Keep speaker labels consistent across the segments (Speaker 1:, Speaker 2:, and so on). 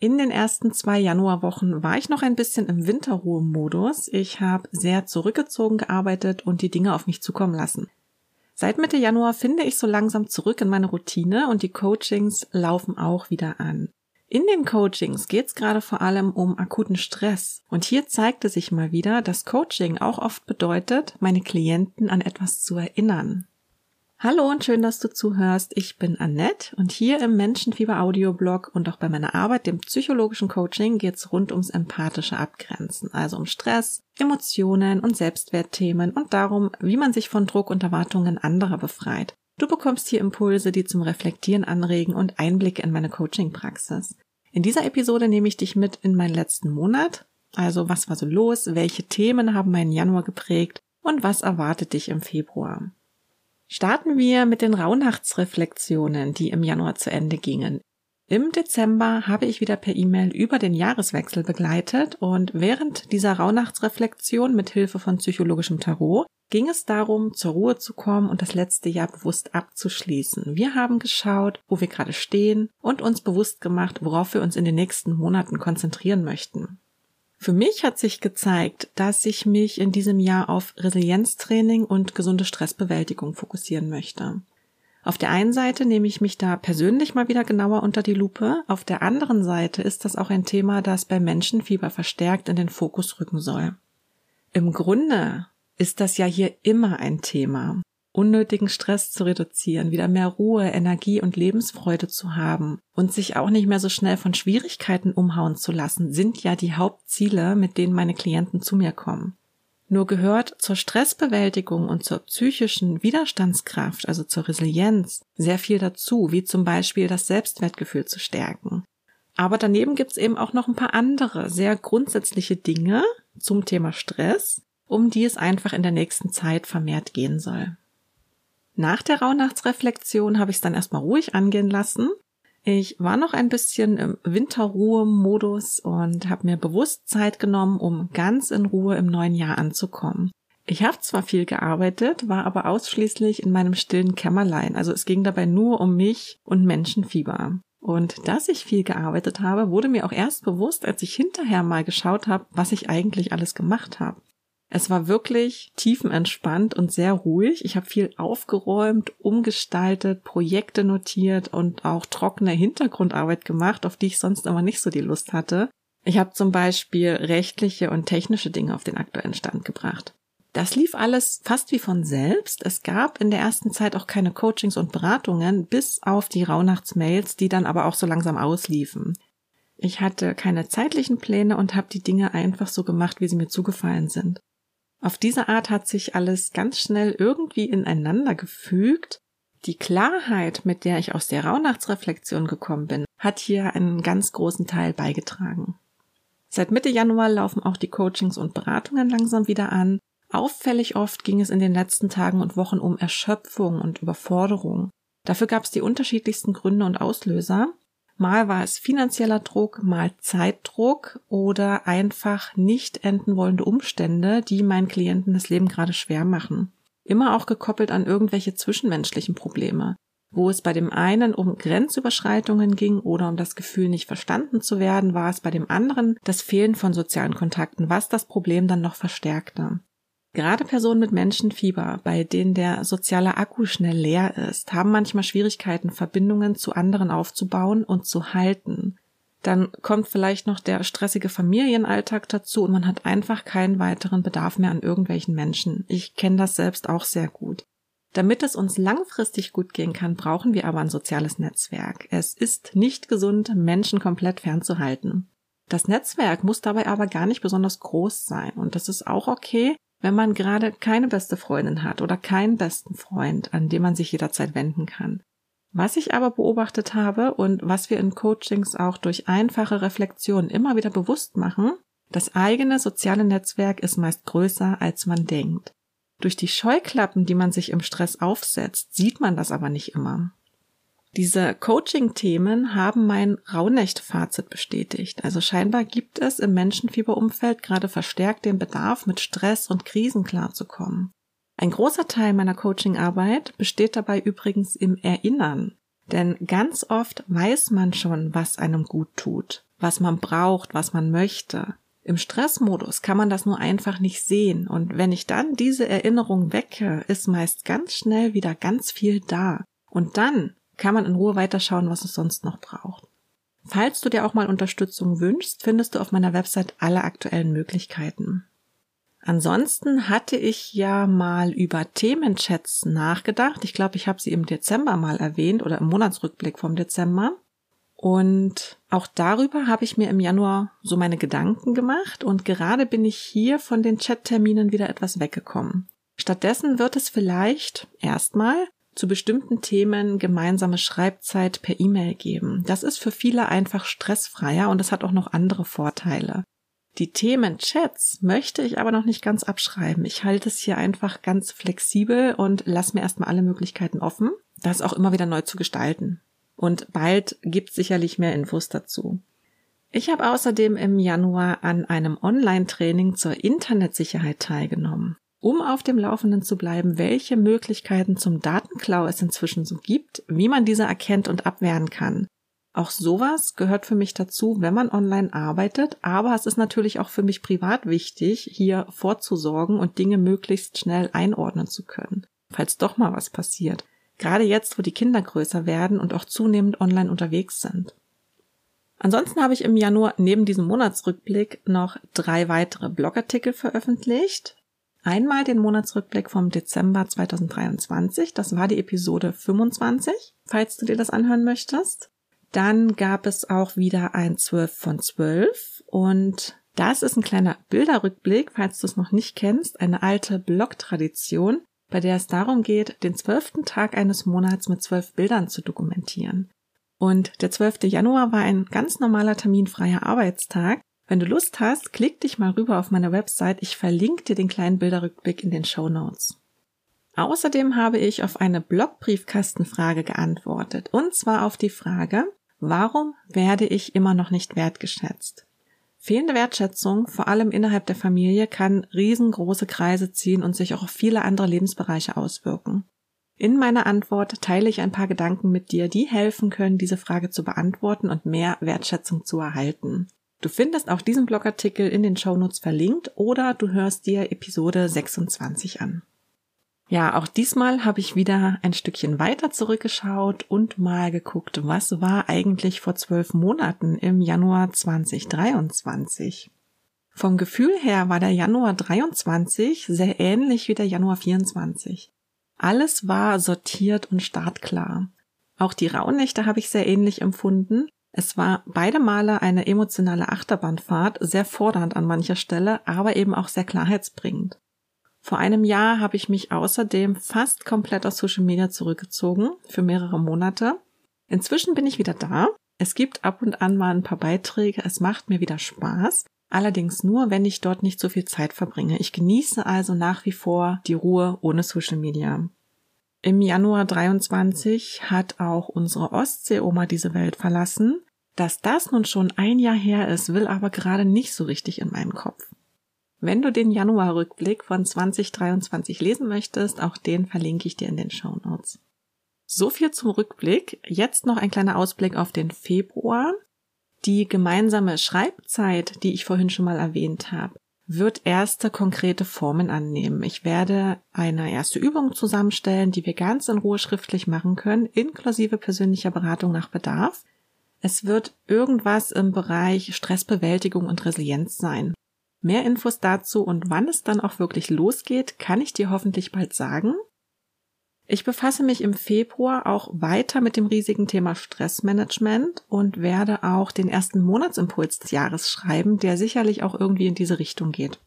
Speaker 1: In den ersten 2 Januarwochen war ich noch ein bisschen im Winterruhemodus. Ich habe sehr zurückgezogen gearbeitet und die Dinge auf mich zukommen lassen. Seit Mitte Januar finde ich so langsam zurück in meine Routine und die Coachings laufen auch wieder an. In den Coachings geht es gerade vor allem um akuten Stress. Und hier zeigte sich mal wieder, dass Coaching auch oft bedeutet, meine Klienten an etwas zu erinnern. Hallo und schön, dass du zuhörst. Ich bin Annette und hier im Menschenfieber Audioblog und auch bei meiner Arbeit, dem psychologischen Coaching, geht es rund ums empathische Abgrenzen, also um Stress, Emotionen und Selbstwertthemen und darum, wie man sich von Druck und Erwartungen anderer befreit. Du bekommst hier Impulse, die zum Reflektieren anregen und Einblicke in meine Coaching-Praxis. In dieser Episode nehme ich dich mit in meinen letzten Monat, also was war so los, welche Themen haben meinen Januar geprägt und was erwartet dich im Februar. Starten wir mit den Rauhnachtsreflexionen, die im Januar zu Ende gingen. Im Dezember habe ich wieder per E-Mail über den Jahreswechsel begleitet und während dieser Rauhnachtsreflexion mit Hilfe von psychologischem Tarot ging es darum, zur Ruhe zu kommen und das letzte Jahr bewusst abzuschließen. Wir haben geschaut, wo wir gerade stehen und uns bewusst gemacht, worauf wir uns in den nächsten Monaten konzentrieren möchten. Für mich hat sich gezeigt, dass ich mich in diesem Jahr auf Resilienztraining und gesunde Stressbewältigung fokussieren möchte. Auf der einen Seite nehme ich mich da persönlich mal wieder genauer unter die Lupe, auf der anderen Seite ist das auch ein Thema, das bei Menschenfieber verstärkt in den Fokus rücken soll. Im Grunde ist das ja hier immer ein Thema. Unnötigen Stress zu reduzieren, wieder mehr Ruhe, Energie und Lebensfreude zu haben und sich auch nicht mehr so schnell von Schwierigkeiten umhauen zu lassen, sind ja die Hauptziele, mit denen meine Klienten zu mir kommen. Nur gehört zur Stressbewältigung und zur psychischen Widerstandskraft, also zur Resilienz, sehr viel dazu, wie zum Beispiel das Selbstwertgefühl zu stärken. Aber daneben gibt's eben auch noch ein paar andere, sehr grundsätzliche Dinge zum Thema Stress, um die es einfach in der nächsten Zeit vermehrt gehen soll. Nach der Rauhnachtsreflexion habe ich es dann erstmal ruhig angehen lassen. Ich war noch ein bisschen im Winterruhe-Modus und habe mir bewusst Zeit genommen, um ganz in Ruhe im neuen Jahr anzukommen. Ich habe zwar viel gearbeitet, war aber ausschließlich in meinem stillen Kämmerlein. Also es ging dabei nur um mich und Menschenfieber. Und dass ich viel gearbeitet habe, wurde mir auch erst bewusst, als ich hinterher mal geschaut habe, was ich eigentlich alles gemacht habe. Es war wirklich tiefenentspannt und sehr ruhig. Ich habe viel aufgeräumt, umgestaltet, Projekte notiert und auch trockene Hintergrundarbeit gemacht, auf die ich sonst immer nicht so die Lust hatte. Ich habe zum Beispiel rechtliche und technische Dinge auf den aktuellen Stand gebracht. Das lief alles fast wie von selbst. Es gab in der ersten Zeit auch keine Coachings und Beratungen, bis auf die Rauhnachtsmails, die dann aber auch so langsam ausliefen. Ich hatte keine zeitlichen Pläne und habe die Dinge einfach so gemacht, wie sie mir zugefallen sind. Auf diese Art hat sich alles ganz schnell irgendwie ineinander gefügt. Die Klarheit, mit der ich aus der Rauhnachtsreflexion gekommen bin, hat hier einen ganz großen Teil beigetragen. Seit Mitte Januar laufen auch die Coachings und Beratungen langsam wieder an. Auffällig oft ging es in den letzten Tagen und Wochen um Erschöpfung und Überforderung. Dafür gab es die unterschiedlichsten Gründe und Auslöser. Mal war es finanzieller Druck, mal Zeitdruck oder einfach nicht enden wollende Umstände, die meinen Klienten das Leben gerade schwer machen. Immer auch gekoppelt an irgendwelche zwischenmenschlichen Probleme, wo es bei dem einen um Grenzüberschreitungen ging oder um das Gefühl, nicht verstanden zu werden, war es bei dem anderen das Fehlen von sozialen Kontakten, was das Problem dann noch verstärkte. Gerade Personen mit Menschenfieber, bei denen der soziale Akku schnell leer ist, haben manchmal Schwierigkeiten, Verbindungen zu anderen aufzubauen und zu halten. Dann kommt vielleicht noch der stressige Familienalltag dazu und man hat einfach keinen weiteren Bedarf mehr an irgendwelchen Menschen. Ich kenne das selbst auch sehr gut. Damit es uns langfristig gut gehen kann, brauchen wir aber ein soziales Netzwerk. Es ist nicht gesund, Menschen komplett fernzuhalten. Das Netzwerk muss dabei aber gar nicht besonders groß sein und das ist auch okay, wenn man gerade keine beste Freundin hat oder keinen besten Freund, an den man sich jederzeit wenden kann. Was ich aber beobachtet habe und was wir in Coachings auch durch einfache Reflexion immer wieder bewusst machen, das eigene soziale Netzwerk ist meist größer, als man denkt. Durch die Scheuklappen, die man sich im Stress aufsetzt, sieht man das aber nicht immer. Diese Coaching-Themen haben mein Rauhnächte-Fazit bestätigt. Also scheinbar gibt es im Menschenfieberumfeld gerade verstärkt den Bedarf, mit Stress und Krisen klarzukommen. Ein großer Teil meiner Coaching-Arbeit besteht dabei übrigens im Erinnern. Denn ganz oft weiß man schon, was einem gut tut. was man braucht, was man möchte. Im Stressmodus kann man das nur einfach nicht sehen. Und wenn ich dann diese Erinnerung wecke, ist meist ganz schnell wieder ganz viel da. Und dann kann man in Ruhe weiterschauen, was es sonst noch braucht. Falls du dir auch mal Unterstützung wünschst, findest du auf meiner Website alle aktuellen Möglichkeiten. Ansonsten hatte ich ja mal über Themenchats nachgedacht. Ich glaube, ich habe sie im Dezember mal erwähnt oder im Monatsrückblick vom Dezember. Und auch darüber habe ich mir im Januar so meine Gedanken gemacht und gerade bin ich hier von den Chatterminen wieder etwas weggekommen. Stattdessen wird es vielleicht erstmal zu bestimmten Themen gemeinsame Schreibzeit per E-Mail geben. Das ist für viele einfach stressfreier und es hat auch noch andere Vorteile. Die Themenchats möchte ich aber noch nicht ganz abschreiben. Ich halte es hier einfach ganz flexibel und lasse mir erstmal alle Möglichkeiten offen, das auch immer wieder neu zu gestalten. Und bald gibt es sicherlich mehr Infos dazu. Ich habe außerdem im Januar an einem Online-Training zur Internetsicherheit teilgenommen, um auf dem Laufenden zu bleiben, welche Möglichkeiten zum Datenklau es inzwischen so gibt, wie man diese erkennt und abwehren kann. Auch sowas gehört für mich dazu, wenn man online arbeitet, aber es ist natürlich auch für mich privat wichtig, hier vorzusorgen und Dinge möglichst schnell einordnen zu können, falls doch mal was passiert. Gerade jetzt, wo die Kinder größer werden und auch zunehmend online unterwegs sind. Ansonsten habe ich im Januar neben diesem Monatsrückblick noch 3 weitere Blogartikel veröffentlicht. Einmal den Monatsrückblick vom Dezember 2023, das war die Episode 25, falls du dir das anhören möchtest. Dann gab es auch wieder ein 12 von 12 und das ist ein kleiner Bilderrückblick, falls du es noch nicht kennst, eine alte Blogtradition, bei der es darum geht, den 12. Tag eines Monats mit 12 Bildern zu dokumentieren. Und der 12. Januar war ein ganz normaler terminfreier Arbeitstag. Wenn du Lust hast, klick dich mal rüber auf meine Website. Ich verlinke dir den kleinen Bilderrückblick in den Shownotes. Außerdem habe ich auf eine Blogbriefkastenfrage geantwortet. Und zwar auf die Frage, warum werde ich immer noch nicht wertgeschätzt? Fehlende Wertschätzung, vor allem innerhalb der Familie, kann riesengroße Kreise ziehen und sich auch auf viele andere Lebensbereiche auswirken. In meiner Antwort teile ich ein paar Gedanken mit dir, die helfen können, diese Frage zu beantworten und mehr Wertschätzung zu erhalten. Du findest auch diesen Blogartikel in den Shownotes verlinkt oder du hörst dir Episode 26 an. Ja, auch diesmal habe ich wieder ein Stückchen weiter zurückgeschaut und mal geguckt, was war eigentlich vor 12 Monaten im Januar 2023. Vom Gefühl her war der Januar 23 sehr ähnlich wie der Januar 24. Alles war sortiert und startklar. Auch die Rauhnächte habe ich sehr ähnlich empfunden. Es war beide Male eine emotionale Achterbahnfahrt, sehr fordernd an mancher Stelle, aber eben auch sehr klarheitsbringend. Vor einem Jahr habe ich mich außerdem fast komplett aus Social Media zurückgezogen, für mehrere Monate. Inzwischen bin ich wieder da. Es gibt ab und an mal ein paar Beiträge, es macht mir wieder Spaß. Allerdings nur, wenn ich dort nicht so viel Zeit verbringe. Ich genieße also nach wie vor die Ruhe ohne Social Media. Im Januar 23 hat auch unsere Ostseeoma diese Welt verlassen. Dass das nun schon ein Jahr her ist, will aber gerade nicht so richtig in meinen Kopf. Wenn du den Januarrückblick von 2023 lesen möchtest, auch den verlinke ich dir in den Shownotes. So viel zum Rückblick. Jetzt noch ein kleiner Ausblick auf den Februar. Die gemeinsame Schreibzeit, die ich vorhin schon mal erwähnt habe, wird erste konkrete Formen annehmen. Ich werde eine erste Übung zusammenstellen, die wir ganz in Ruhe schriftlich machen können, inklusive persönlicher Beratung nach Bedarf. Es wird irgendwas im Bereich Stressbewältigung und Resilienz sein. Mehr Infos dazu und wann es dann auch wirklich losgeht, kann ich dir hoffentlich bald sagen. Ich befasse mich im Februar auch weiter mit dem riesigen Thema Stressmanagement und werde auch den ersten Monatsimpuls des Jahres schreiben, der sicherlich auch irgendwie in diese Richtung geht.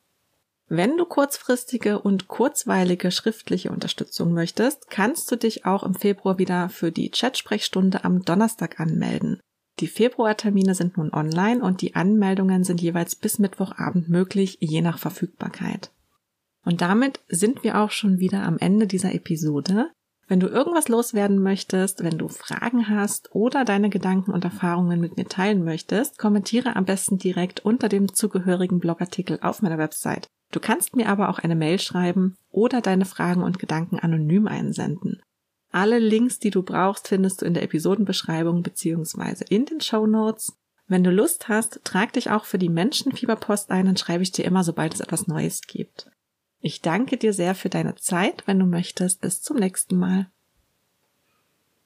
Speaker 1: Wenn du kurzfristige und kurzweilige schriftliche Unterstützung möchtest, kannst du dich auch im Februar wieder für die Chat-Sprechstunde am Donnerstag anmelden. Die Februartermine sind nun online und die Anmeldungen sind jeweils bis Mittwochabend möglich, je nach Verfügbarkeit. Und damit sind wir auch schon wieder am Ende dieser Episode. Wenn du irgendwas loswerden möchtest, wenn du Fragen hast oder deine Gedanken und Erfahrungen mit mir teilen möchtest, kommentiere am besten direkt unter dem zugehörigen Blogartikel auf meiner Website. Du kannst mir aber auch eine Mail schreiben oder deine Fragen und Gedanken anonym einsenden. Alle Links, die du brauchst, findest du in der Episodenbeschreibung bzw. in den Shownotes. Wenn du Lust hast, trag dich auch für die Menschenfieberpost ein, dann schreibe ich dir immer, sobald es etwas Neues gibt. Ich danke dir sehr für deine Zeit. Wenn du möchtest, bis zum nächsten Mal.